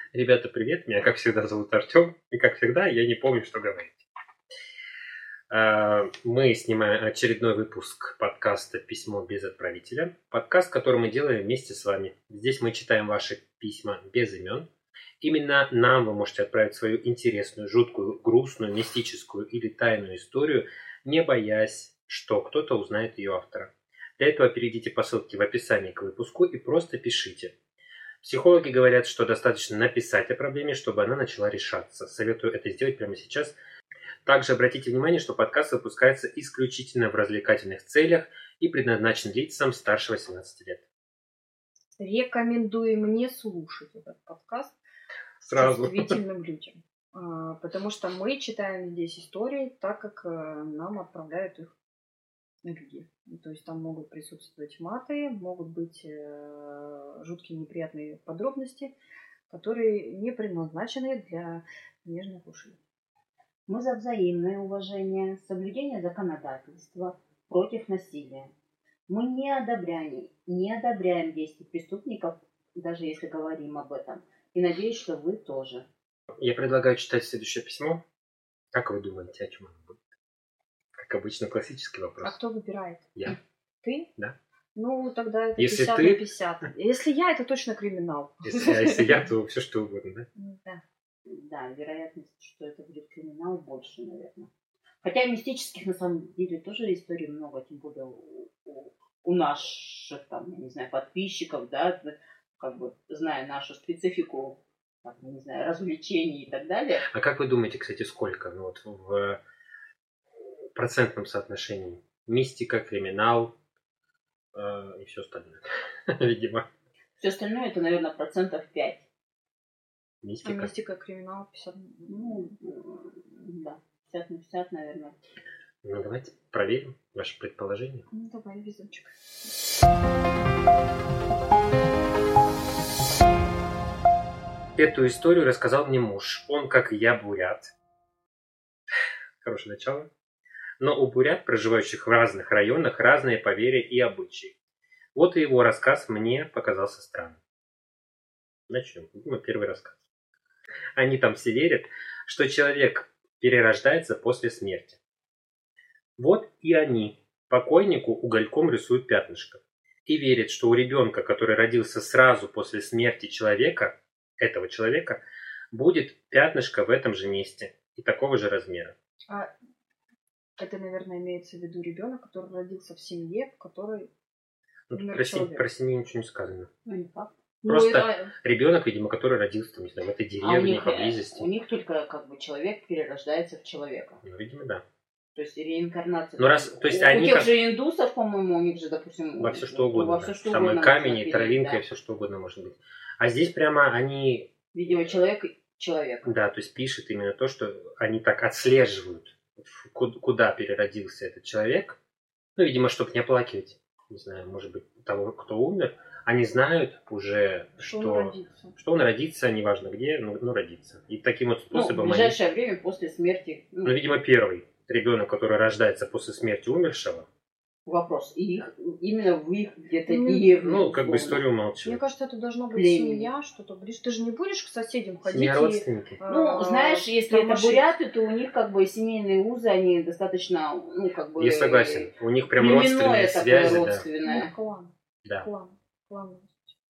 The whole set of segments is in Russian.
Ребята, привет! Меня, как всегда, зовут Артем. И, как всегда, я не помню, что говорить. Мы снимаем очередной выпуск подкаста «Письмо без отправителя». Подкаст, который мы делаем вместе с вами. Здесь мы читаем ваши письма без имен. Именно нам вы можете отправить свою интересную, жуткую, грустную, мистическую или тайную историю, не боясь, что кто-то узнает ее автора. Для этого перейдите по ссылке в описании к выпуску и просто пишите. Психологи говорят, что достаточно написать о проблеме, чтобы она начала решаться. Советую это сделать прямо сейчас. Также обратите внимание, что подкаст выпускается исключительно в развлекательных целях и предназначен лицам старше 18 лет. Рекомендуем не слушать этот подкаст Сразу. чувствительным людям. Потому что мы читаем здесь истории так, как нам отправляют их люди. То есть там могут присутствовать маты, могут быть жуткие неприятные подробности, которые не предназначены для нежных ушей. Мы за взаимное уважение, соблюдение законодательства против насилия. Мы не одобряем действия преступников, даже если говорим об этом. И надеюсь, что вы тоже. Я предлагаю читать следующее письмо. Как вы думаете, о чем оно будет? Как обычно, классический вопрос. А кто выбирает? Я. Ты? Да. Ну, тогда это Если 50 ты... на 50. Если я, это точно криминал. Если я, то все что угодно, да? Да. Да, вероятность, что это будет криминал, больше, наверное. Хотя мистических, на самом деле, тоже историй много, тем более у наших, там, я не знаю, подписчиков, да, как бы, зная нашу специфику, там, я не знаю, развлечений и так далее. А как вы думаете, кстати, сколько? Ну, вот в процентном соотношении? Мистика, криминал и все остальное, видимо. Все остальное, это, наверное, 5%. Мистика. А мистика, криминал 50. Ну, да, 50 на 50, наверное. Ну, давайте проверим ваше предположение. Ну, давай, везунчик. Эту историю рассказал мне муж. Он, как и я, бурят. Хорошее начало. Но у бурят, проживающих в разных районах, разные поверья и обычаи. Вот и его рассказ мне показался странным. Начнем. Видимо, первый рассказ. Они там все верят, что человек перерождается после смерти. Вот и они покойнику угольком рисуют пятнышко. И верят, что у ребенка, который родился сразу после смерти человека, этого человека, будет пятнышко в этом же месте и такого же размера. А это, наверное, имеется в виду ребенок, который родился в семье, в которой умер Про человек. семью ничего не сказано. Ну, не факт. Просто ребенок, видимо, который родился там, не знаю, в этой деревне, поблизости. У них только как бы человек перерождается в человека. Ну, видимо, да. То есть реинкарнация. Ну, раз, то есть у они тех как... же индусов, по-моему, у них же, допустим... Во все что угодно. Во Да. все что Самый угодно камень, и можно травинка, да. и все что угодно может быть. А здесь прямо они... Видимо, человек. Да, то есть пишет именно то, что они так отслеживают, куда переродился этот человек. Ну, видимо, чтобы не оплакивать, не знаю, может быть, того, кто умер. Они знают уже, что он родится, неважно где, но родится. И таким вот способом в ближайшее время после смерти. Ну, видимо, первый ребенок, который рождается после смерти умершего. Вопрос. И их, именно в их где-то деревне. Ну, как бы историю умалчивают. Мне кажется, это должна быть семья, что-то ближе. Ты же не будешь к соседям ходить. Семья, родственники. Ну, знаешь, если это буряты, то у них как бы семейные узы, они достаточно, ну, как бы... Я согласен. У них прям родственные связи. Родственное. Да. Клан. Да. Клан.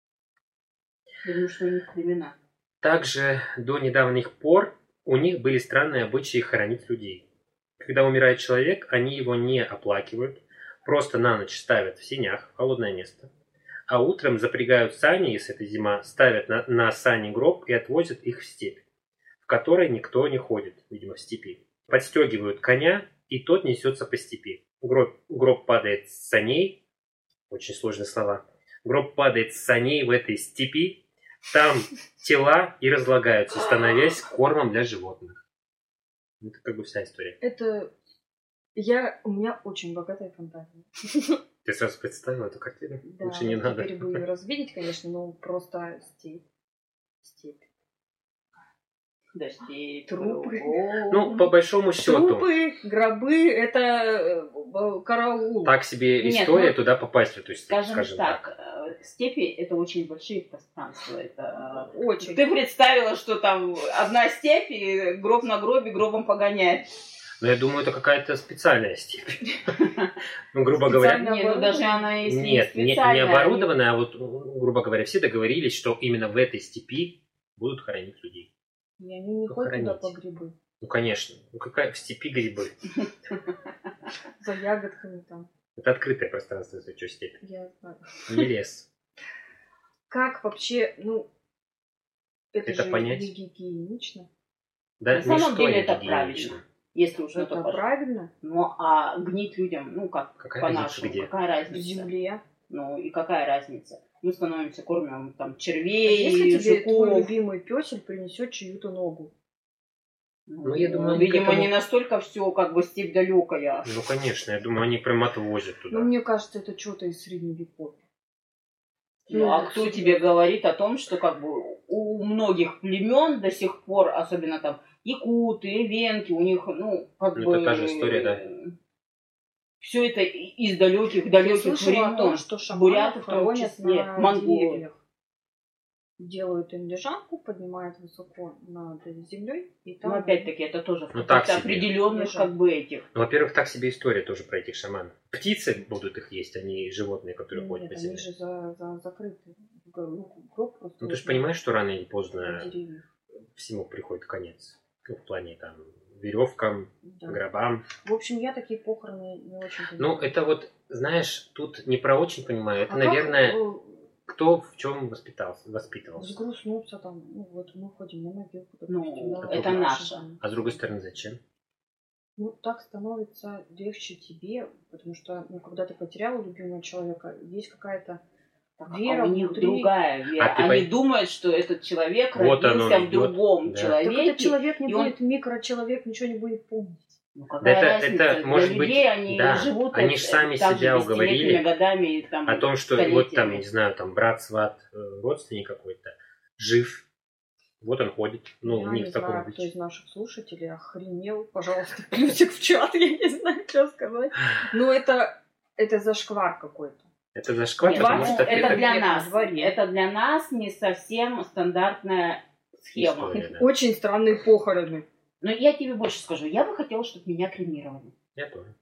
Потому что у них племена. Также до недавних пор у них были странные обычаи хоронить людей. Когда умирает человек, они его не оплакивают, просто на ночь ставят в сенях, в холодное место. А утром запрягают сани, если это зима, ставят на сани гроб и отвозят их в степь, в которой никто не ходит, видимо, в степи. Подстегивают коня, и тот несется по степи. Гроб падает с саней, очень сложные слова. Гроб падает с саней в этой степи, там тела и разлагаются, становясь кормом для животных. Это как бы вся история. У меня очень богатая фантазия. Ты сразу представила эту картину? Да, лучше не надо. Теперь бы ее развидеть, конечно, но просто степь. Да, степь, Трупы. Ну, по большому счету, Трупы, гробы, это караул. так себе Нет, история ну, туда попасть, то есть, скажем так, степи это очень большие пространства. Это Очень. Ты представила, что там одна степь и гроб на гробе гробом погоняет. Но я думаю, это какая-то специальная степь. Ну, грубо говоря... Не, ну даже она если Нет, не специальная, оборудованная, а вот, грубо говоря, все договорились, что именно в этой степи будут хоронить людей. И они не ходят туда по грибы. Ну, конечно. Ну, какая в степи грибы? За ягодками там. Это открытое пространство, если что, степь. Я знаю. Не лес. Как вообще, ну, это Это же понять? гигиенично. Да, На самом ничто деле не это гигиенично. правильно. Если уж на Это то пошло. правильно. Ну, а гнить людям, ну, как Какая по-нашему, разница где? какая В разница? земле. Ну, и какая разница? Мы становимся, кормим там А червей, если тебе твой жуков. любимый пёсель принесет чью-то ногу? Ну, я думаю, они к видимо, этому- не настолько все как бы степь далекая. Ну, конечно, я думаю, они прям отвозят Ну, туда. мне кажется, это что-то из средневековья. Ну, Ну, а кто серьезно. тебе говорит о том, что как бы у многих племен до сих пор, особенно там якуты, венки, у них, ну, как Ну, бы... это та же история, да. Все это из далеких Я слышала о том, времен. что шаманов бурятов в том хоронят числе, на монголов. деревьях. Делают им лежанку, поднимают высоко над землей, и там... Но опять-таки это тоже в Ну, так каких-то себе. определенных Лежат. как бы этих. Ну, во-первых, так себе история тоже про этих шаманов. Птицы будут их есть, а не животные, которые ходят Нет, по они земле. же закрыты. Гроб просто... Ну, ты же понимаешь, что рано или на поздно деревьях. всему приходит конец. Ну, в плане там веревкам, Да. гробам. В общем, я такие похороны не очень Ну, понимаю. это вот, знаешь, тут не про очень понимаю. Это, А наверное, как, кто в чем воспитывался. взгрустнуться там, ну вот мы ходим на могилку, Ну, допустим, да, это вот наше. там. А с другой стороны, зачем? Ну, так становится легче тебе, потому что, ну, когда ты потерял любимого человека, есть какая-то вера у них внутри. другая вера. А ты Они пой- думают, что этот человек Вот оно родился в идет, другом да. Так человеке. этот человек не и он- будет, микрочеловек ничего не будет помнить. Ну, какая Да разница? это, Для может быть, людей они да, живут они ж сами так же себя десятилетиями, уговорили годами, и там, о том, что вот там, я не столетиями. знаю, там брат, сват, родственник какой-то жив. Вот он ходит. Ну, Я у них не в таком знаю, кто обычае. из наших слушателей охренел. Пожалуйста, плюсик в чат, я не знаю, что сказать. Но это зашквар какой-то. Это зашквар, Нет, потому ну, что это для нет, нас. на дворе. Это для нас не совсем стандартная схема. история, да. Очень странные похороны. Но я тебе больше скажу. Я бы хотела, чтобы меня кремировали. Я тоже.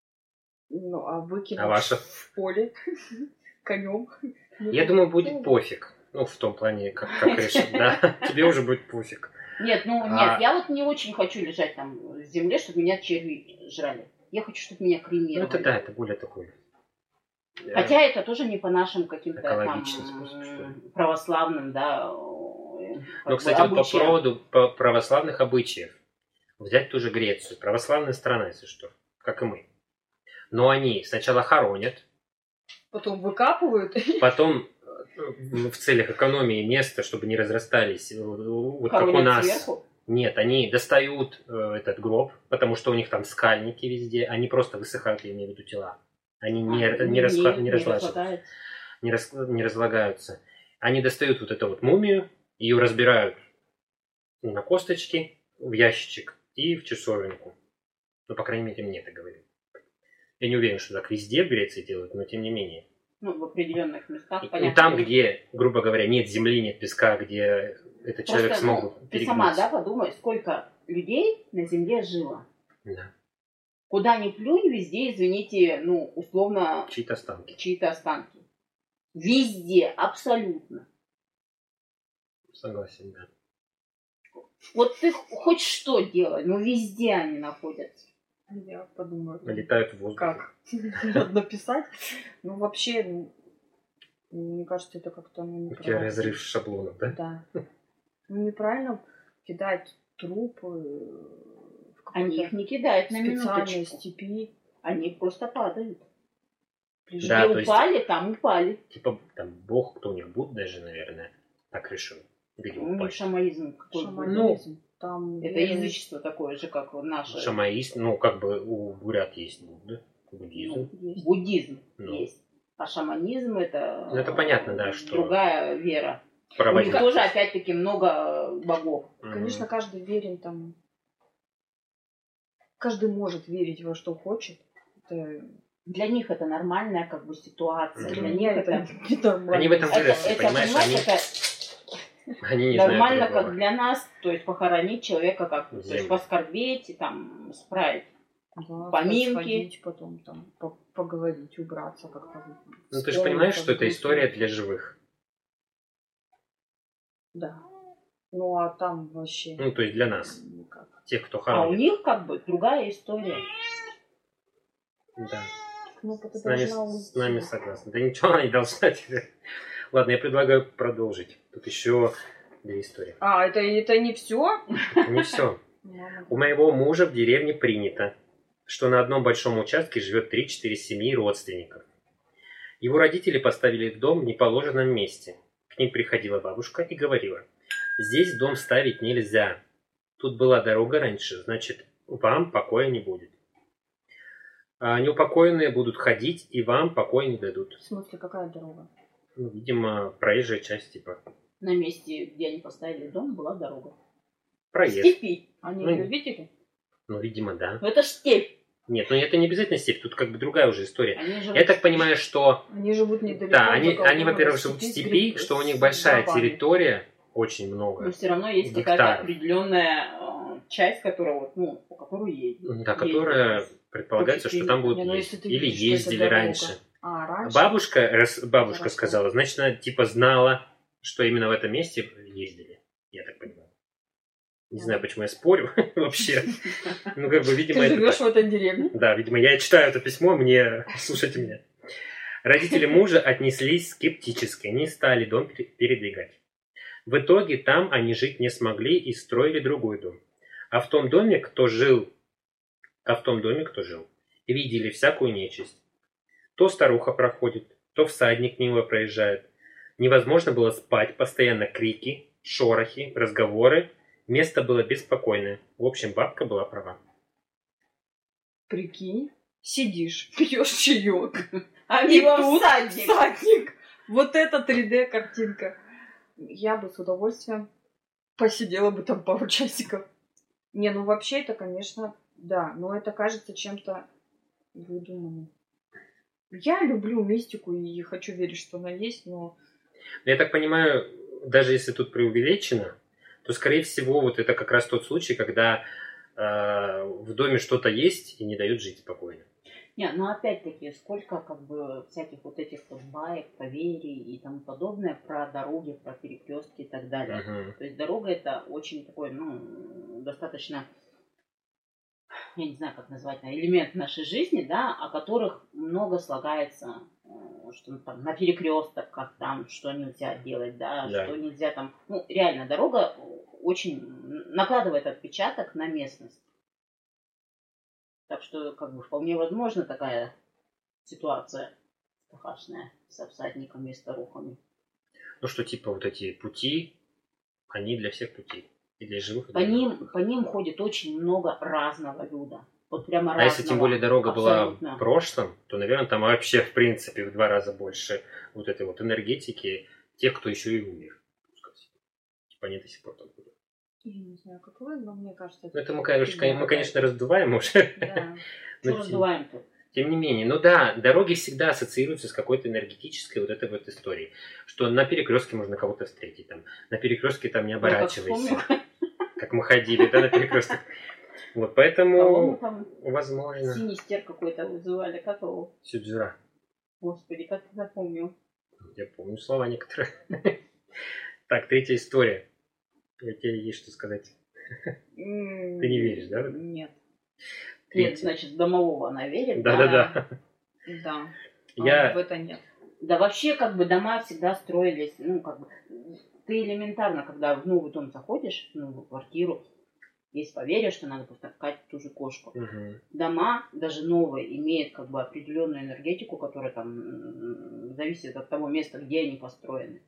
Ну, а выкинуть А ваша? в поле конем. Я думаю, будет пофиг. Ну, в том плане, как решить, да. Тебе уже будет пофиг. Нет, А- я вот не очень хочу лежать там в земле, чтобы меня черви жрали. Я хочу, чтобы меня Ну, кремировали. это да, это более такой. Хотя это тоже не по нашим каким-то там Экологичный способ, что ли. православным, да. Ну, кстати, вот по поводу православных обычаев. Взять ту же Грецию. Православная страна, если что. Как и мы. Но они сначала хоронят, Потом выкапывают. потом в целях экономии места, чтобы не разрастались, вот как у хоронят нас. сверху. Нет, они достают этот гроб, потому что у них там скальники везде, они просто высыхают, я имею в виду тела. Они не разлагаются. Не разлагаются. Они достают вот эту вот мумию, ее разбирают на косточки, в ящичек и в часовенку. Ну, по крайней мере, мне это говорили. Я не уверен, что так везде в Греции делают, но тем не менее. Ну, в определенных местах, И понятно. там, где, грубо говоря, нет земли, нет песка, где этот человек Просто, смог бы ты сама, перегнуться. да, подумай, сколько людей на земле жило. Да. Куда ни плюнь, везде, извините, ну, условно, Чьи-то останки. чьи-то останки. Везде, абсолютно. Согласен, да. Вот ты хоть что делай, но везде они находятся. Я подумаю. Летают в воздухе. Как? Надо написать. Ну, вообще, мне кажется, это как-то... У тебя разрыв шаблонов, да? Да. Ну, неправильно кидать трупы в Они их какой-то не кидают на специальной минуточку. степи. Они просто падают. Да, Где то есть- упали, там упали. Типа, там, Бог, кто у них Будда даже, наверное, так решил. Где У них упасть. шамаизм какой был. Шаманизм. Там Это веруют- язычество такое же, как наше. Шамаист, ну, как бы у бурят есть Будда, Ну, буддизм. буддизм Ну. есть. А шаманизм это, Ну, это понятно, да, что- другая вера. У проводить. них тоже, опять-таки, много богов. Конечно, каждый верен там. Каждый может верить во что хочет. Это... Для них это нормальная как бы ситуация. Для Для меня них это нормально. Они в этом выросли, это, понимаешь? понимаешь, Они не нормально, знают другого. как для нас, то есть похоронить человека, как, то есть Землю. поскорбеть и там справить. Да, Поминки. сходить, потом там поговорить, убраться как-то. Ну ты же понимаешь, что это история для живых. Да. Ну а там вообще Ну, то есть для нас. никак. Тех, кто А у хоронит. них как бы другая история. Да. Ну-ка, ты С нами, должна с нами уйти. согласны. Да ничего она не должна тебе. Ладно, я предлагаю продолжить. Тут еще 2 истории. А, это не все? Это не все. У моего мужа в деревне принято, что на одном большом участке живет 3-4 семьи родственников. Его родители поставили дом в неположенном месте. К ним приходила бабушка и говорила: здесь дом ставить нельзя. Тут была дорога раньше, значит, вам покоя не будет. А неупокоенные будут ходить, и вам покоя не дадут. В смысле, какая дорога? Ну, видимо, проезжая часть, типа. На месте, где они поставили дом, была дорога. Проезд. Степи. Они Ну, ее видели? Ну, видимо, да. Ну это ж степь. Нет, ну это не обязательно степь, тут как бы другая уже история. Они живут Я так понимаю, что... Они живут недалеко. Да, они, только во-первых, живут в степи, что у них большая территория, очень Но много. все равно есть гектаров. какая-то определенная часть, которая вот, ну, по которой едет. Да, которая предполагается, что там будут Не, ну, ездить. если ты Или видишь, что это ездили дорога. раньше. А, раньше? Бабушка Хорошо. сказала, значит, она типа знала, что именно в этом месте ездили. Я так понимаю. Не знаю, почему я спорю вообще. Ну, как бы, видимо, Ты это живешь так. в этой деревне? Да, видимо, я читаю это письмо, мне слушайте меня. Родители мужа отнеслись скептически, не стали дом передвигать. В итоге там они жить не смогли и строили другой дом. А в том доме, кто жил, видели всякую нечисть. То старуха проходит, то всадник мимо проезжает. Невозможно было спать, постоянно крики, шорохи, разговоры. Место было беспокойное. В общем, бабка была права. Прикинь, сидишь, пьешь чаек. А И мимо тут всадник. всадник. Вот это 3D-картинка. Я бы с удовольствием посидела бы там пару часиков. Не, ну вообще это, конечно, да. Но это кажется чем-то выдуманным. Я люблю мистику и хочу верить, что она есть, но... Я так понимаю, даже если тут преувеличено, то, скорее всего, вот это как раз тот случай, когда в доме что-то есть и не дают жить спокойно. Не, ну опять-таки, сколько как бы всяких вот этих вот баек, поверий и тому подобное про дороги, про перекрестки и так далее. Угу. То есть дорога это очень такой, ну, достаточно, я не знаю, как назвать, элемент нашей жизни, да, о которых много слагается, что там на перекрестках, как там, что нельзя делать, да, Да. что нельзя там. Ну, реально, дорога очень накладывает отпечаток на местность. Так что, как бы, вполне возможна такая ситуация страшная со всадниками и старухами. Ну что, типа, вот эти пути, они для всех пути. И для живых, и По для ним, мертвых. по ним ходит очень много разного люда. Вот прямо А разного. если тем более дорога Абсолютно. была в прошлом, то, наверное, там вообще, в принципе, в 2 раза больше вот этой вот энергетики тех, кто еще и умер. Типа они до сих пор там ходят. Я не знаю, как вы, но мне кажется... Ну, это мы, конечно, раздуваем уже. Да. Что Но раздуваем-то? Тем не менее, ну да, дороги всегда ассоциируются с какой-то энергетической вот этой вот историей. Что на перекрестке можно кого-то встретить, там, на перекрестке там не оборачивайся. Как мы ходили, да, на перекресток. Вот, поэтому, там возможно... синистер какой-то вызывали. Как его? Сюджира. Господи, как я запомнил. Я помню слова некоторые. Так, 3-я история. У тебя есть что сказать. Ты не веришь, да? Нет. Нет, значит, в домового она верит. Да-да-да. Да. Я... В это нет. Да вообще, как бы, дома всегда строились, ну, как бы, ты элементарно, когда в новый дом заходишь, в новую квартиру, есть поверье, что надо повтаскать ту же кошку. Угу. Дома, даже новые, имеют как бы определенную энергетику, которая там зависит от того места, где они построены.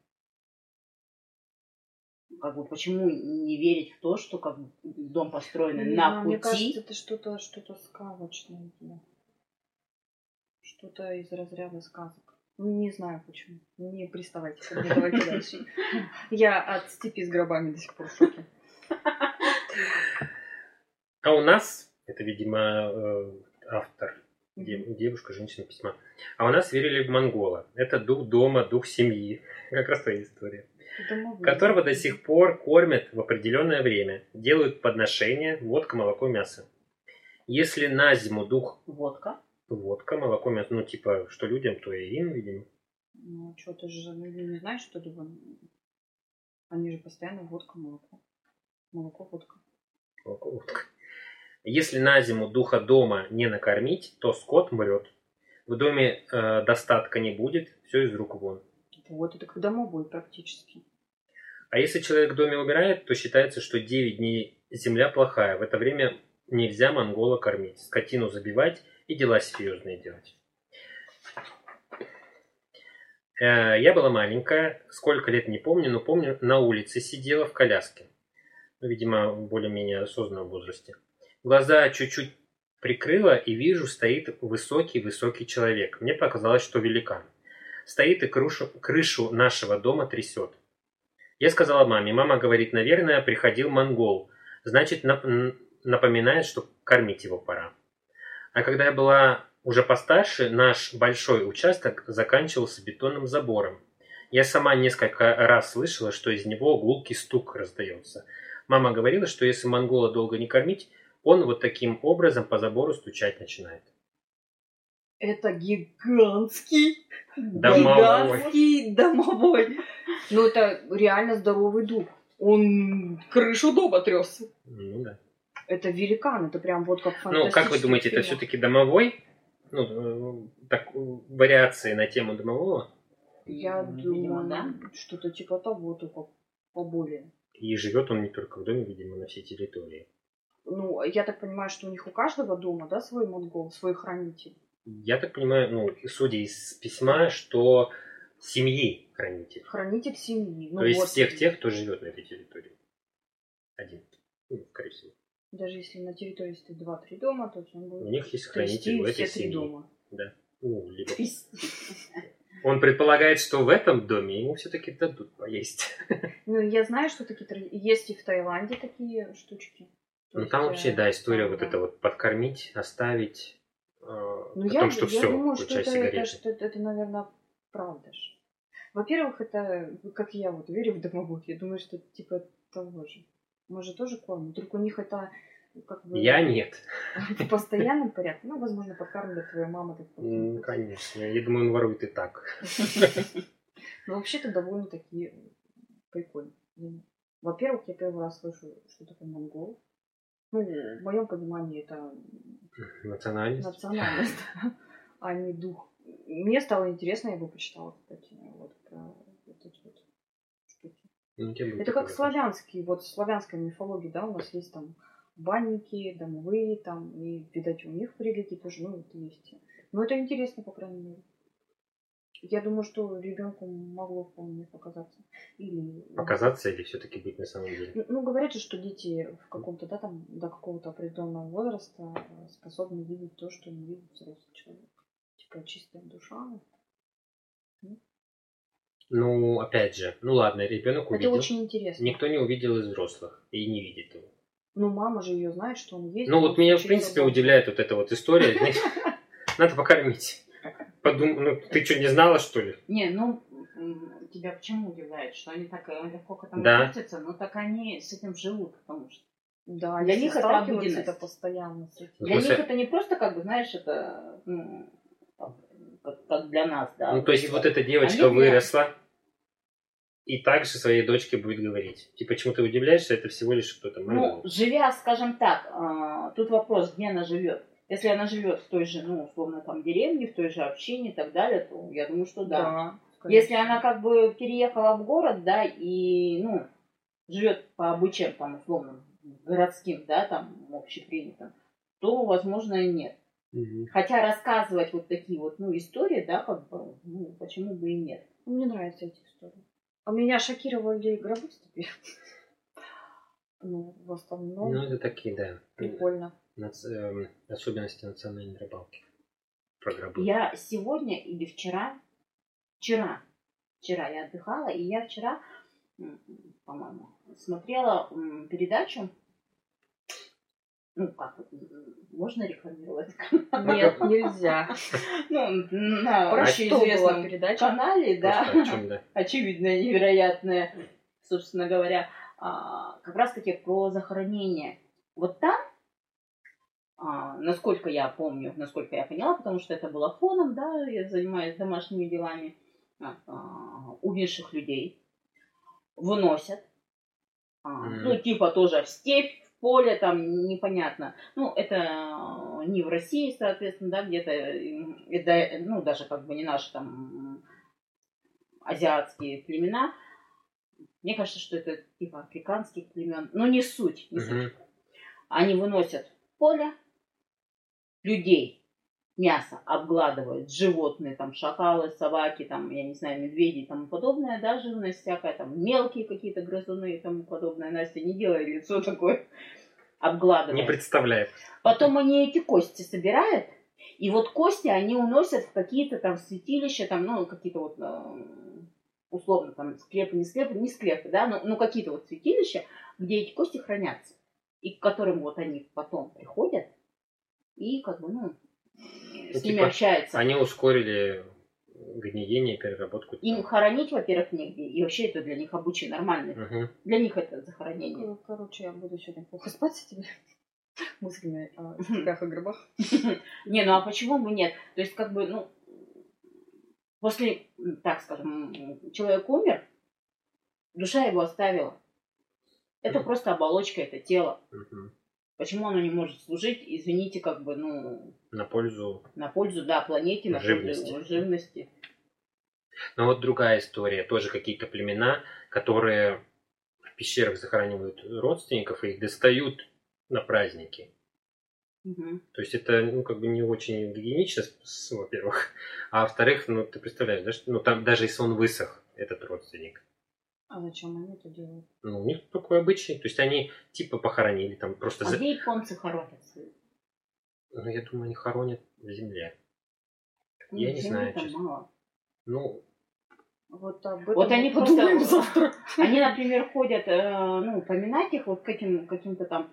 Как бы почему не верить в то, что как бы дом построенный Не на знаю, пути? мне кажется, это что-то сказочное. Что-то из разряда сказок. Не знаю почему. Не приставайте ко мне, давайте дальше. Я от степи с гробами до сих пор в шоке. А у нас, это, видимо, автор, девушка, женщина письма. А у нас верили в монгола. Это дух дома, дух семьи. Как раз твоя история. Которого до сих пор кормят в определенное время. Делают подношения, водка, молоко, мясо. Если на зиму дух... Водка, молоко, мясо. Ну, типа, что людям, то и им, видимо. Ну, что, ты же не знаешь, что ли? Они же постоянно водка, молоко. Молоко, водка. Молоко, водка. Если на зиму духа дома не накормить, то скот мрет. В доме достатка не будет, все из рук вон. Вот, это к дому будет практически. А если человек в доме умирает, то считается, что 9 дней земля плохая. В это время нельзя монгола кормить, скотину забивать и дела серьезные делать. Я была маленькая, сколько лет не помню, но помню, на улице сидела в коляске. Ну, видимо, в более-менее осознанном возрасте. Глаза чуть-чуть прикрыла и вижу, стоит высокий-высокий человек. Мне показалось, что великан. Стоит и крышу нашего дома трясет. Я сказала маме. Мама говорит, наверное, приходил монгол. Значит, напоминает, что кормить его пора. А когда я была уже постарше, наш большой участок заканчивался бетонным забором. Я сама несколько раз слышала, что из него гулкий стук раздается. Мама говорила, что если монгола долго не кормить, он вот таким образом по забору стучать начинает. Это гигантский Домовой. домовой. Ну, это реально здоровый дух. Он крышу дома трёс. Ну да. Это великан, это прям вот как фантастический. Ну, как вы думаете, это все-таки домовой? Ну, так, вариации на тему домового? Я Видимо, думаю, да. что-то типа того, только поболее. И живет он не только в доме, видимо, на всей территории. Ну, я так понимаю, что у них у каждого дома, да, свой монгол, свой хранитель. Я так понимаю, ну, судя из письма, что семьи хранитель. Хранитель семьи. Ну, То есть вот. всех тех, кто живет на этой территории. Один. Ну, скорее всего. Даже если на территории стоит 2-3 дома, то он будет У них есть хранитель в этой все 3 семье. дома. Да. Ну, либо... Он предполагает, что в этом доме ему все-таки дадут поесть. Ну, я знаю, что такие есть и в Таиланде такие штучки. Ну, там вообще, да, история там, вот да. это вот подкормить, оставить, Ну, о том, что я все, думаю, что включая сигареты. это, наверное, правда же. Во-первых, это, как я вот верю в домовых, я думаю, что типа того же. Может, тоже кормят, только у них это как бы... Я нет. В постоянном порядке. Ну, возможно, подкармливает твоя мама. Конечно. Я думаю, он ворует и так. Но вообще-то довольно такие прикольные. Во-первых, я первый раз слышу, что такое монгол. Ну, в моем понимании это Национальность. да, а не дух. Мне стало интересно, я бы почитала, кстати, вот про вот эти вот штуки. Ну, Это как славянские, вот в славянской мифологии, да, у нас есть там банники, домовые, там, и, видать, у них в религии тоже, ну, это есть. Но это интересно, по крайней мере. Я думаю, что ребенку могло вполне показаться. Показаться или все-таки быть на самом деле? Ну, говорят же, что дети в каком-то, да, там, до какого-то определенного возраста способны видеть то, что не видит взрослый человек. Типа чистая душа. Ну, опять же, ну ладно, ребенок увидел. Это очень интересно. Никто не увидел из взрослых и не видит его. Ну, мама же ее знает, что он есть. Ну, вот меня, в принципе, удивляет вот эта вот история. Надо покормить. Ну, ты что, не знала, что ли? Не, ну, тебя почему удивляет, что они так легко к этому Да. относятся, но так они с этим живут, потому что Да, для них это обыденность. это постоянно с этим. Для них это не просто, как бы, знаешь, это как для нас, да. Ну, то есть вот эта девочка выросла и также своей дочке будет говорить. Типа, почему ты удивляешься, это всего лишь кто-то. Ну, живя, скажем так, тут вопрос, где она живет. Если она живет в той же, ну, условно, там, деревне, в той же общине и так далее, то я думаю, что да. Если она как бы переехала в город, да, и, ну, живет по обычаям, там, условно, городским, да, там, общепринятым, то, возможно, и нет. Угу. Хотя рассказывать вот такие вот, ну, истории, да, как бы, ну, почему бы и нет. Мне нравятся эти истории. А меня шокировали гробы в степи. Ну, в основном. Ну, это такие, да. Прикольно. Особенности национальной рыбалки. Про гробы. Я сегодня или вчера Вчера я отдыхала, и я вчера, по-моему, смотрела передачу. Ну, как, можно рекламировать? Нет, нельзя. Ну, на Про очень что была известном передача? канале, да, Просто о чем, да. очевидное, невероятное, собственно говоря, как раз-таки про захоронение. Вот там, насколько я помню, насколько я поняла, потому что это было фоном, да, я занимаюсь домашними делами, умерших людей выносят, ну, типа тоже в степь, в поле, там, непонятно. Ну, это не в России, соответственно, да, где-то, это, ну, даже как бы не наши там азиатские племена. Мне кажется, что это типа африканских племен, но не суть, не суть. Они выносят в поле людей, мясо обгладывают, животные, там, шакалы, собаки, там, я не знаю, медведи и тому подобное, да, живность всякая, там, мелкие какие-то грызуны и тому подобное. Настя, не делай лицо такое, обгладывает. Не представляю. Потом они эти кости собирают, и вот кости они уносят в какие-то там святилища, там, ну, какие-то вот, условно, там, склепы, не склепы, да, ну, какие-то вот святилища, где эти кости хранятся, и к которым вот они потом приходят, и как бы, ну, с ними общаются. Они ускорили гниение, переработку. Им хоронить, во-первых, негде, и вообще это для них обычай нормальный. Для них это захоронение. Короче, я буду сегодня плохо спать с этими мыслями о стихах и гробах. Не, ну а почему бы нет? То есть, как бы, ну, после, так скажем, человек умер, душа его оставила. Это просто оболочка, это тело. Почему оно не может служить, извините, как бы, ну... На пользу, да, планете, на пользу живности. Но вот другая история. Тоже какие-то племена, которые в пещерах захоранивают родственников и их достают на праздники. То есть это, ну, как бы не очень гигиенично, во-первых. А во-вторых, ну, ты представляешь, да, что, ну, там, даже если он высох, этот родственник. А зачем они это делают? Ну, у них такой обычай. То есть они типа похоронили там просто... А где японцы хоронят? Ну, я думаю, они хоронят в земле. Ну, я не знаю, честно. Мало. Ну... Вот об этом вот они просто... завтра. Они, например, ходят, ну, поминать их вот к этим каким-то там...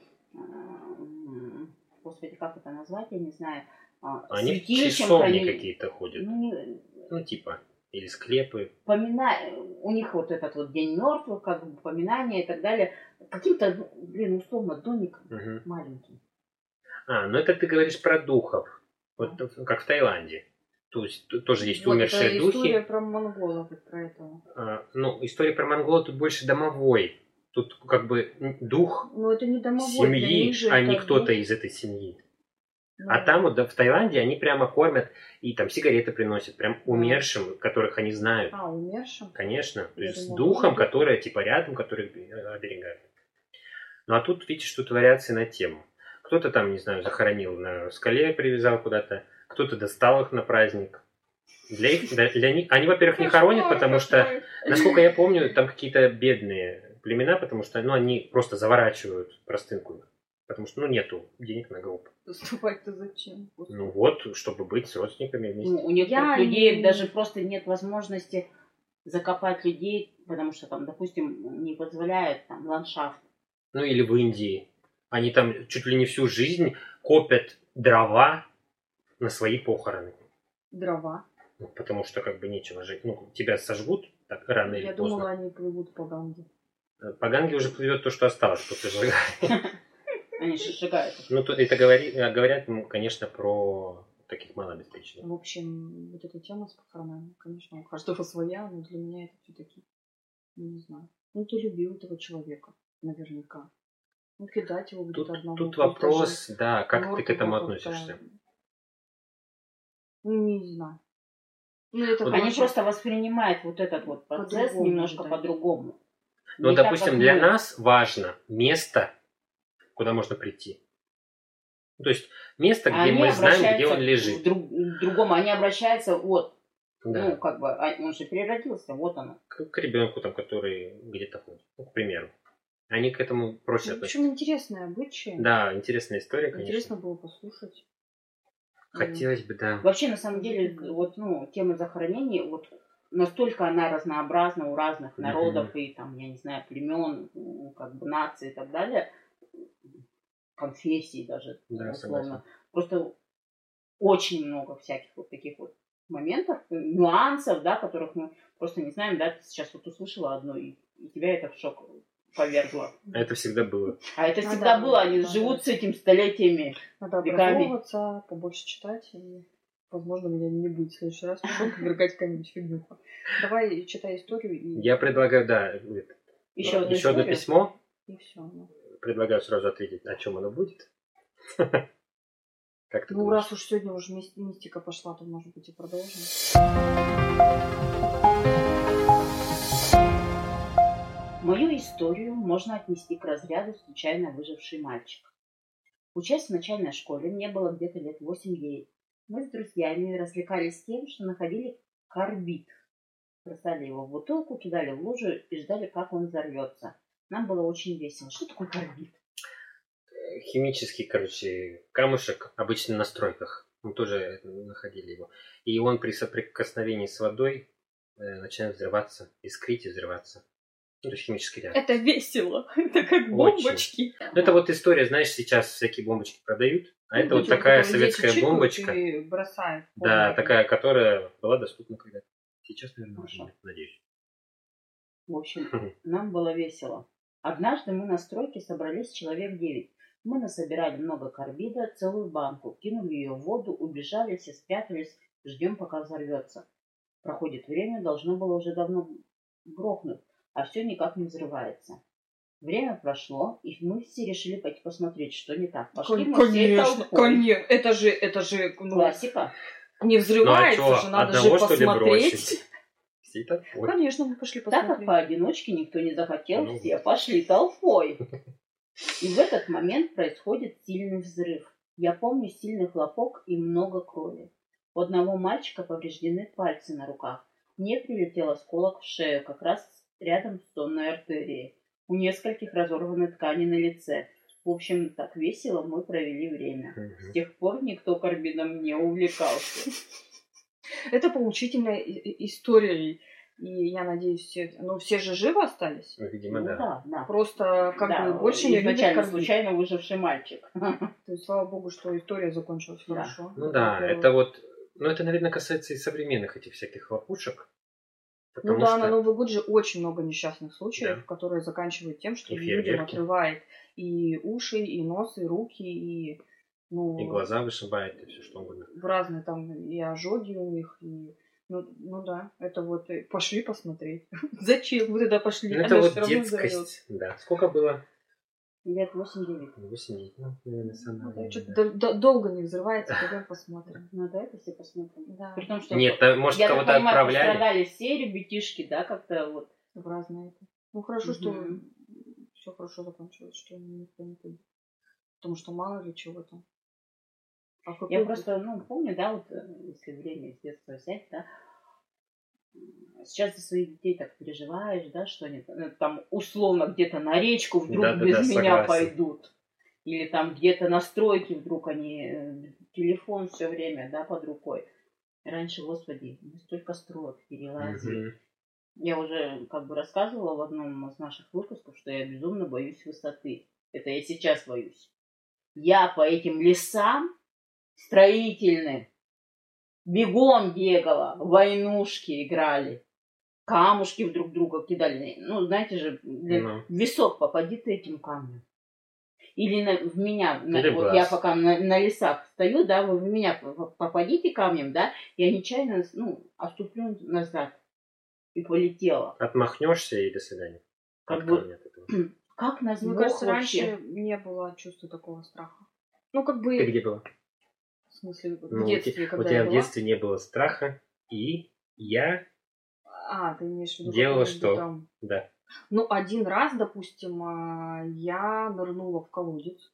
Господи, как это назвать, я не знаю. Они в часовни какие-то ходят. Ну, типа... Или склепы. У них вот этот вот День мертвых, как бы поминания и так далее. Каким-то, условно, домик маленький. Ну это ты говоришь про духов. Вот как в Таиланде. То есть тоже есть умершие это духи. История про монголов, вот про этого. Ну, история про монголов тут больше домовой. Тут как бы дух это не домовой, семьи, а не кто-то из этой семьи. А там вот в Таиланде они прямо кормят и там сигареты приносят прям умершим, которых они знают. Умершим? Конечно. То есть с духом, который типа рядом, который оберегает. Ну а тут, видишь, тут вариации на тему. Кто-то там, не знаю, захоронил на скале, привязал куда-то, кто-то достал их на праздник. Для них, они, во-первых, не хоронят, потому что, насколько я помню, там какие-то бедные племена, потому что, они просто заворачивают простынку. Потому что, нету денег на гроб. Поступать-то зачем? Ну вот, чтобы быть с родственниками вместе. У некоторых людей даже просто нет возможности закопать людей, потому что там, допустим, не позволяет там ландшафт. Ну или в Индии. Они там чуть ли не всю жизнь копят дрова на свои похороны. Дрова? Потому что как бы нечего жить. Тебя сожгут так рано или поздно. Я думала, они плывут по Ганге. По Ганге уже плывет то, что осталось после сжигания. Они же сжигают. Это говорят, конечно, про таких малообеспеченных. В общем, вот эта тема с похоронами, конечно, у каждого своя, но для меня это все-таки, не знаю. Ты любил этого человека, наверняка. Кидать его где-то одного. Тут вопрос, да, как ты к этому относишься? Не знаю. Они просто воспринимают вот этот вот процесс немножко по-другому. Допустим, для нас важно место, куда можно прийти. То есть место, где мы знаем, где он лежит. К другому они обращаются да. Он же переродился, вот оно. К ребенку, который где-то ходит, к примеру. Они к этому проще относятся. В общем, интересные обычаи. Да, интересная история, конечно. Интересно было послушать. Хотелось бы, да. Вообще, на самом деле, тема захоронений, настолько она разнообразна у разных народов и там, я не знаю, племен, как бы наций и так далее, конфессий даже, Да, условно. согласен. Просто очень много всяких вот таких вот моментов, нюансов, да, которых мы просто не знаем, да, ты сейчас вот услышала одно, и тебя это в шок повергло. Это всегда было. А это всегда было, они живут с этим столетиями. Надо образовываться, побольше читать, и, возможно, меня не будет в следующий раз потом повергать какую-нибудь фигнюху. Давай читай историю. И... Я предлагаю, да, еще одно письмо. И все. Предлагаю сразу ответить, о чем оно будет. Как ты Ну, думаешь? раз уж сегодня уже мистика пошла, то, может быть, и продолжим. Мою историю можно отнести к разряду «случайно выживший мальчик». Учась в начальной школе, мне было где-то лет 8-9. Мы с друзьями развлекались тем, что находили карбид. Бросали его в бутылку, кидали в лужу и ждали, как он взорвется. Нам было очень весело. Что такое карбид? Химический, камушек, обычно на стройках. Мы тоже находили его. И он при соприкосновении с водой начинает взрываться, искрить и взрываться. Ну, то есть химический реактор. Это весело. Это как бомбочки. Ну, это вот история, знаешь, сейчас всякие бомбочки продают. А это вот такая советская бомбочка. Бросает. Да, такая, которая была доступна когда-то. Сейчас, наверное, уже нет, надеюсь. В общем, нам было весело. Однажды мы на стройке собрались человек 9. Мы насобирали много карбида, целую банку, кинули ее в воду, убежали, все спрятались, ждем, пока взорвется. Проходит время, должно было уже давно грохнуть, а все никак не взрывается. Время прошло, и мы все решили пойти посмотреть, что не так. Пошли мы всей толпой. Конечно, это же классика. Не взрывается же, надо же посмотреть. Конечно, мы пошли посмотреть. Так как поодиночке никто не захотел, все пошли толпой. И в этот момент происходит сильный взрыв. Я помню сильный хлопок и много крови. У одного мальчика повреждены пальцы на руках. Мне прилетел осколок в шею, как раз рядом с сонной артерией. У нескольких разорваны ткани на лице. В общем, так весело мы провели время. С тех пор никто карбидом не увлекался. Это поучительная история. И я надеюсь, все же живы остались? Видимо, да. Просто бы больше не любят карбид. Случайно выживший мальчик. То есть, слава богу, что история закончилась хорошо. Ну да, это вот... Ну, это, наверное, касается и современных этих всяких хлопушек. Ну да, на Новый год же очень много несчастных случаев, которые заканчивают тем, что людям отрывает и уши, и нос, и руки, и... Ну, и глаза вышибает, и все что угодно. В разные там и ожоги у них, и... Ну да, это вот пошли посмотреть. Зачем вы туда пошли? Ну, это вот детскость. Да. Сколько было? Лет 8-9. 8-9, ну, наверное, самое. Что-то долго не взрывается, пойдем посмотрим. Ну, давайте все посмотрим. Да. При том, что, нет, может, я кого-то понимаю, отправляли. Пострадали все ребятишки, да, как-то вот. В разные. Ну, хорошо, что все хорошо закончилось, что никто не погиб. Потому что мало ли чего там. Я просто, помню, да, вот, если время из детства взять, да, сейчас за своих детей так переживаешь, да, что они там условно где-то на речку вдруг без меня пойдут. Или там где-то на стройке вдруг они, телефон все время, да, под рукой. Раньше, господи, мы столько строек перелазили. Я уже как бы рассказывала в одном из наших выпусков, что я безумно боюсь высоты. Это я сейчас боюсь. Я по этим лесам строительным бегом бегала, войнушки играли, камушки друг друга кидали. Ну, знаете же, в висок попади ты этим камнем. Или в меня, вот я пока на лесах стою, да, вы в меня попадите камнем, да, я нечаянно, отступлю назад и полетела. Отмахнешься и до свидания. Как нас Мне кажется, раньше не было чувства такого страха. Ты где была? В смысле, в детстве, когда у тебя в детстве не было страха, и я ты имеешь в виду, делала что? Там... Да. Один раз, допустим, я нырнула в колодец.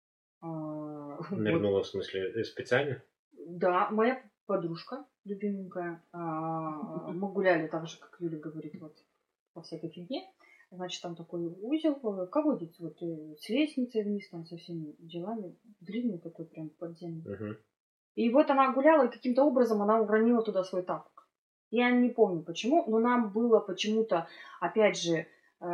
Нырнула, в смысле, специально? Да, моя подружка, любименькая, мы гуляли так же, как Юля говорит, вот по всякой фигне. Значит, там такой узел, колодец, вот с лестницей вниз, там со всеми делами, длинный такой прям подземный. И вот она гуляла, и каким-то образом она уронила туда свой тапок. Я не помню почему, но нам было почему-то, опять же,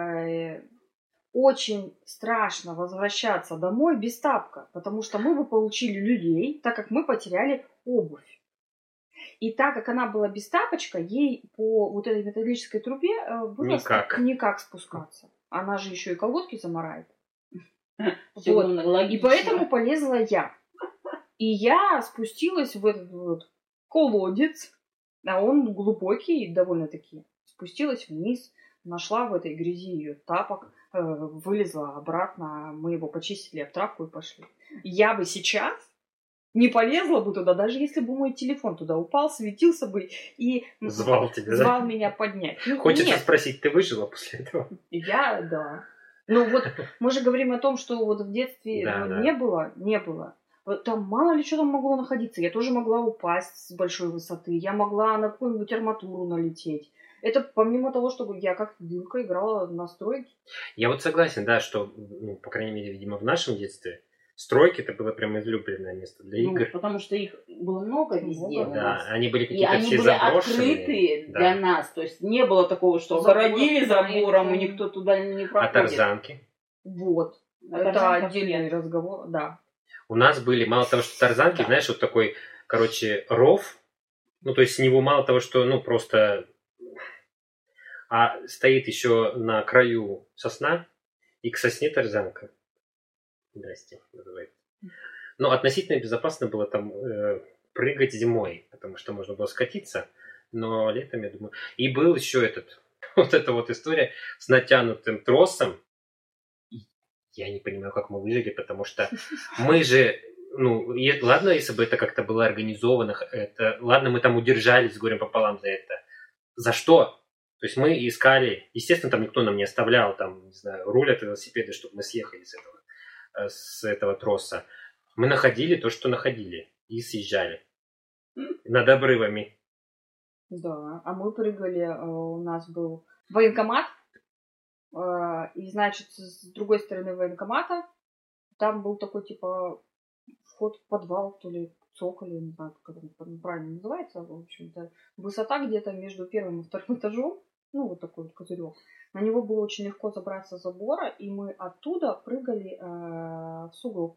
очень страшно возвращаться домой без тапка, потому что мы бы получили людей, так как мы потеряли обувь. И так как она была без тапочка, ей по вот этой металлической трубе было никак спускаться. Она же еще и колготки замарает. Вот. И поэтому полезла я. И я спустилась в этот вот колодец, а он глубокий довольно-таки. Спустилась вниз, нашла в этой грязи ее тапок, вылезла обратно, мы его почистили об травку и пошли. Я бы сейчас не полезла бы туда, даже если бы мой телефон туда упал, светился бы и звал меня поднять. Хочется спросить, ты выжила после этого? Да. Ну вот, мы же говорим о том, что вот в детстве не было. Там мало ли что там могло находиться. Я тоже могла упасть с большой высоты. Я могла на какую-нибудь арматуру налететь. Это помимо того, что я как дурка играла на стройке. Я вот согласен, да, что, ну, по крайней мере, видимо, в нашем детстве стройки это было прям излюбленное место для игр. Потому что их было много везде. Да, они были какие-то все заброшенные. Открытые для нас. То есть не было такого, что огородили забором, и никто туда не проходит. А тарзанки? Вот. Это отдельный разговор, да. У нас были, мало того, что тарзанки, знаешь, вот такой, короче, ров. Ну, то есть с него мало того, что, ну, просто... А стоит еще на краю сосна, и к сосне тарзанка. Здрасте, называется. Но относительно безопасно было там прыгать зимой, потому что можно было скатиться, но летом, я думаю... И был еще вот эта вот история с натянутым тросом. Я не понимаю, как мы выжили, потому что мы же... Ну, ладно, если бы это как-то было организовано, ладно, мы там удержались с горем пополам за это. За что? То есть мы искали... Естественно, там никто нам не оставлял, там, не знаю, руль от велосипеда, чтобы мы съехали с этого троса. Мы находили то, что находили, и съезжали над обрывами. Да, а мы прыгали, у нас был военкомат, и, значит, с другой стороны военкомата там был такой, типа, вход в подвал, то ли цоколь, я не знаю, как это правильно называется, в общем-то, высота где-то между первым и вторым этажом, ну, вот такой вот козырек. На него было очень легко забраться с забора, и мы оттуда прыгали в сугроб.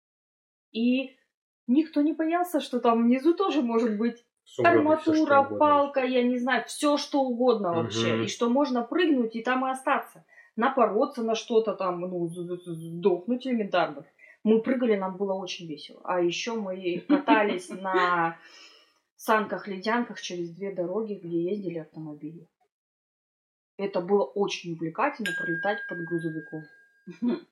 И никто не боялся, что там внизу тоже может быть арматура, палка, я не знаю, все что угодно вообще. И что можно прыгнуть и там и остаться. Напороться на что-то там, ну, сдохнуть элементарно. Мы прыгали, нам было очень весело. А еще мы катались на санках-ледянках через 2 дороги, где ездили автомобили. Это было очень увлекательно пролетать под грузовиком.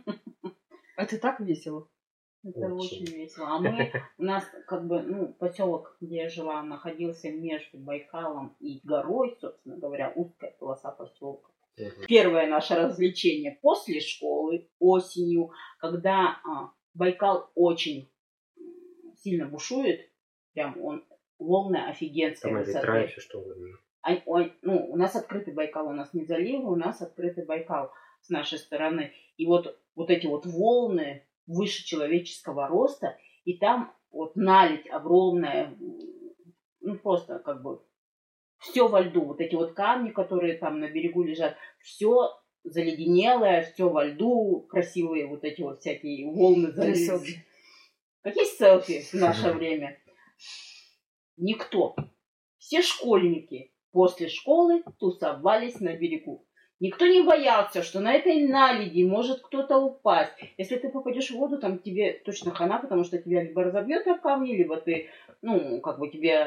Это так весело. Это очень весело. А у нас как бы, ну, поселок, где я жила, находился между Байкалом и горой, собственно говоря, узкая полоса поселка. Первое наше развлечение после школы, осенью, когда Байкал очень сильно бушует, прям он волны офигенской высоты. Ветра и все что угодно. У нас открытый Байкал, у нас не заливы, у нас открытый Байкал с нашей стороны. И вот эти вот волны выше человеческого роста, и там вот наледь огромная, ну просто как бы все во льду. Вот эти вот камни, которые там на берегу лежат, все заледенелое, все во льду, красивые вот эти вот всякие волны залезли. Какие селфи в наше время? Никто. Все школьники после школы тусовались на берегу. Никто не боялся, что на этой наледи может кто-то упасть. Если ты попадешь в воду, там тебе точно хана, потому что тебя либо разобьет о камни, либо ты, ну, как бы тебе,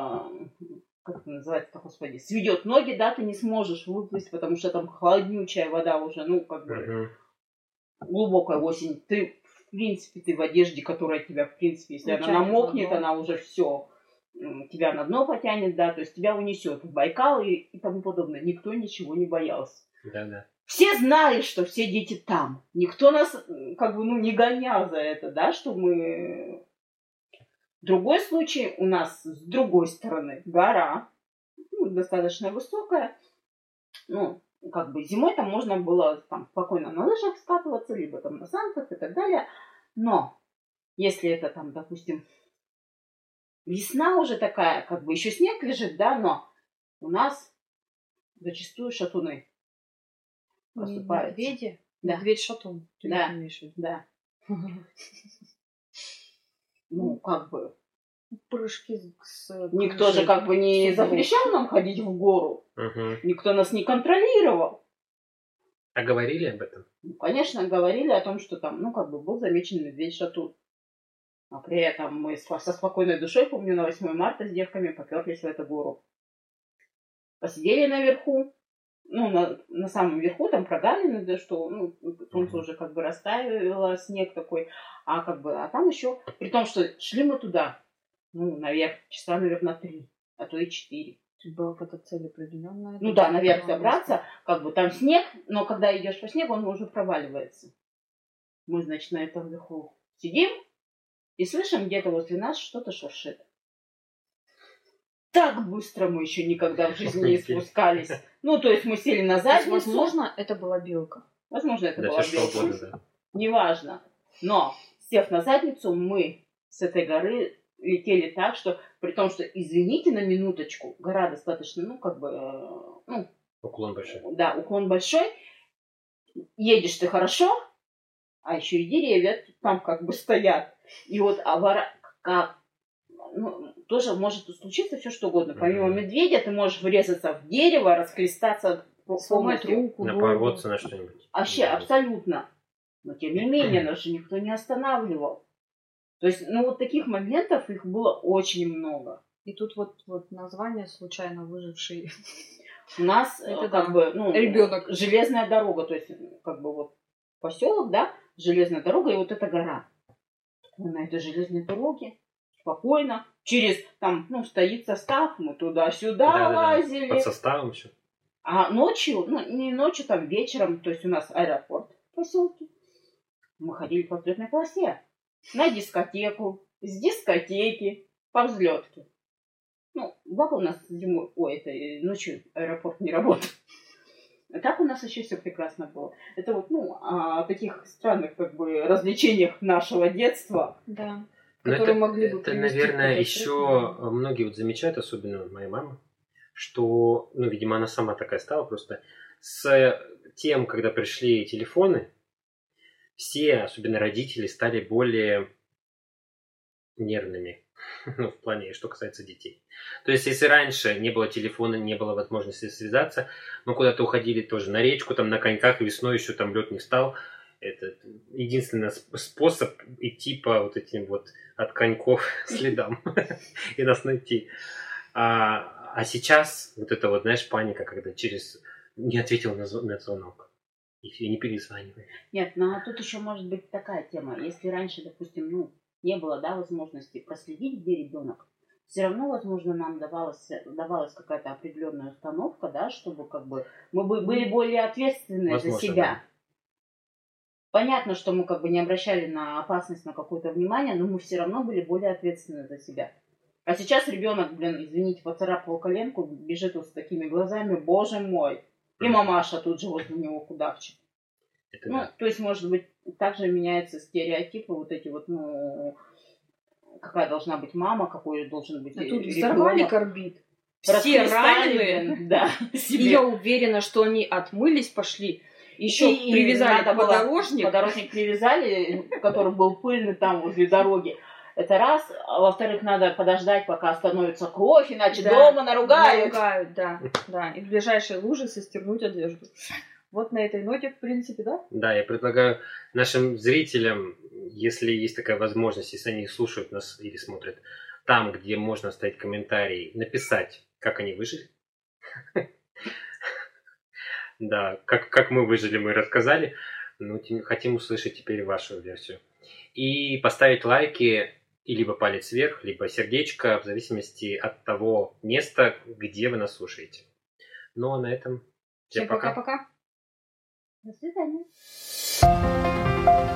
как это называется, господи, сведет ноги, да, ты не сможешь выплыть, потому что там холоднючая вода уже, ну, как бы, глубокая осень. Ты, в принципе, ты в одежде, которая тебя, в принципе, если она намокнет, она уже все, тебя на дно потянет, да, то есть тебя унесет в Байкал и тому подобное. Никто ничего не боялся. Да. Все знали, что все дети там. Никто нас, как бы, ну, не гонял за это, да, что мы... Другой случай у нас с другой стороны гора, ну, достаточно высокая. Ну, как бы зимой там можно было там спокойно на лыжах скатываться, либо там на санках и так далее. Но если это там, допустим, весна уже такая, как бы еще снег лежит, да, но у нас зачастую шатуны просыпаются. Медведи? Да. Медведь-шатун. Ты Да. не имеешь в виду? Да. Ну, как бы. Прыжки с Никто крыши. же как бы не С запрещал нам ходить в гору. Угу. Никто нас не контролировал. А говорили об этом? Ну, конечно, говорили о том, что там, ну, как бы был замечен медведь-шатун. А при этом мы со спокойной душой, помню, на 8 марта с девками поперлись в эту гору. Посидели наверху. Ну, на самом верху, там прогалины, да, что, ну, солнце уже как бы растаяло, снег такой. А как бы, а там еще, при том, что шли мы туда, ну, наверх, часа, наверное, 3, а то и 4. Была какая-то цель определенная. Ну да, наверх забраться, как бы там снег, но когда идешь по снегу, он уже проваливается. Мы, значит, на этом верху сидим и слышим, где-то возле нас что-то шуршит. Так быстро мы еще никогда в жизни не спускались. Ну, то есть мы сели на задницу. Возможно, это была белка. Возможно, это была все что белка. угодно, да. Неважно. Но, сев на задницу, мы с этой горы летели так, что, при том, что, извините на минуточку, гора достаточно, ну, как бы, ну... Уклон большой. Да, уклон большой. Едешь ты хорошо, а еще и деревья там как бы стоят. И вот как... Ну, тоже может случиться все что угодно. Помимо медведя ты можешь врезаться в дерево, расхлестаться, сломать руку, напороться на что-нибудь. Вообще, абсолютно. Но тем не менее, нас же никто не останавливал. То есть, ну, вот таких моментов их было очень много. И тут вот название случайно выживший. У нас это как бы, ну, ребенок. Железная дорога, то есть, как бы вот поселок, да, железная дорога и вот эта гора. Мы на этой железной дороге спокойно, через, там, ну, стоит состав, мы туда-сюда лазили. Под составом еще. А ночью, ну, не ночью, там, вечером, то есть у нас аэропорт в поселке, мы ходили по взлетной полосе. На дискотеку, с дискотеки, по взлетке. Ну, благо у нас зимой, ночью аэропорт не работает. А так у нас еще все прекрасно было. Это вот, ну, о таких странных, как бы, развлечениях нашего детства. Да. Которые могли бы это, наверное, еще многие вот замечают, особенно моя мама, что, ну, видимо, она сама такая стала просто. С тем, когда пришли телефоны, все, особенно родители, стали более нервными. Ну, в плане, что касается детей. То есть, если раньше не было телефона, не было возможности связаться, мы куда-то уходили тоже на речку, там на коньках, и весной еще там лед не встал. Это единственный способ идти по вот этим вот от коньков следам и нас найти. А сейчас вот это вот, знаешь, паника, когда не ответил на звонок. И все, не перезванивай. Нет, но тут еще может быть такая тема. Если раньше, допустим, ну, не было, да, возможности проследить, где ребенок, все равно, возможно, нам давалась какая-то определенная установка, да, чтобы как бы мы были более ответственны за себя. Да. Понятно, что мы как бы не обращали на опасность, на какое-то внимание, но мы все равно были более ответственны за себя. А сейчас ребенок, извините, поцарапал коленку, бежит вот с такими глазами, боже мой. И мамаша тут же возле него кудахчет. Ну, да. То есть, может быть, также меняются стереотипы, вот эти вот, ну, какая должна быть мама, какой должен быть ребенок. Тут взорвали корбит. Все раненые. Да. И я уверена, что они отмылись, пошли. Еще привязали подорожник. Подорожник привязали, который был пыльный там возле дороги. Это раз. А во-вторых, надо подождать, пока остановится кровь, иначе дома наругают. Да. И в ближайшие лужи состернуть одежду. Вот на этой ноте, в принципе, да? Да, я предлагаю нашим зрителям, если есть такая возможность, если они слушают нас или смотрят, там, где можно оставить комментарий, написать, как они выжили. Да, как мы выжили, мы рассказали. Но хотим услышать теперь вашу версию. И поставить лайки, и либо палец вверх, либо сердечко, в зависимости от того места, где вы нас слушаете. Ну, а на этом всем пока-пока. До свидания.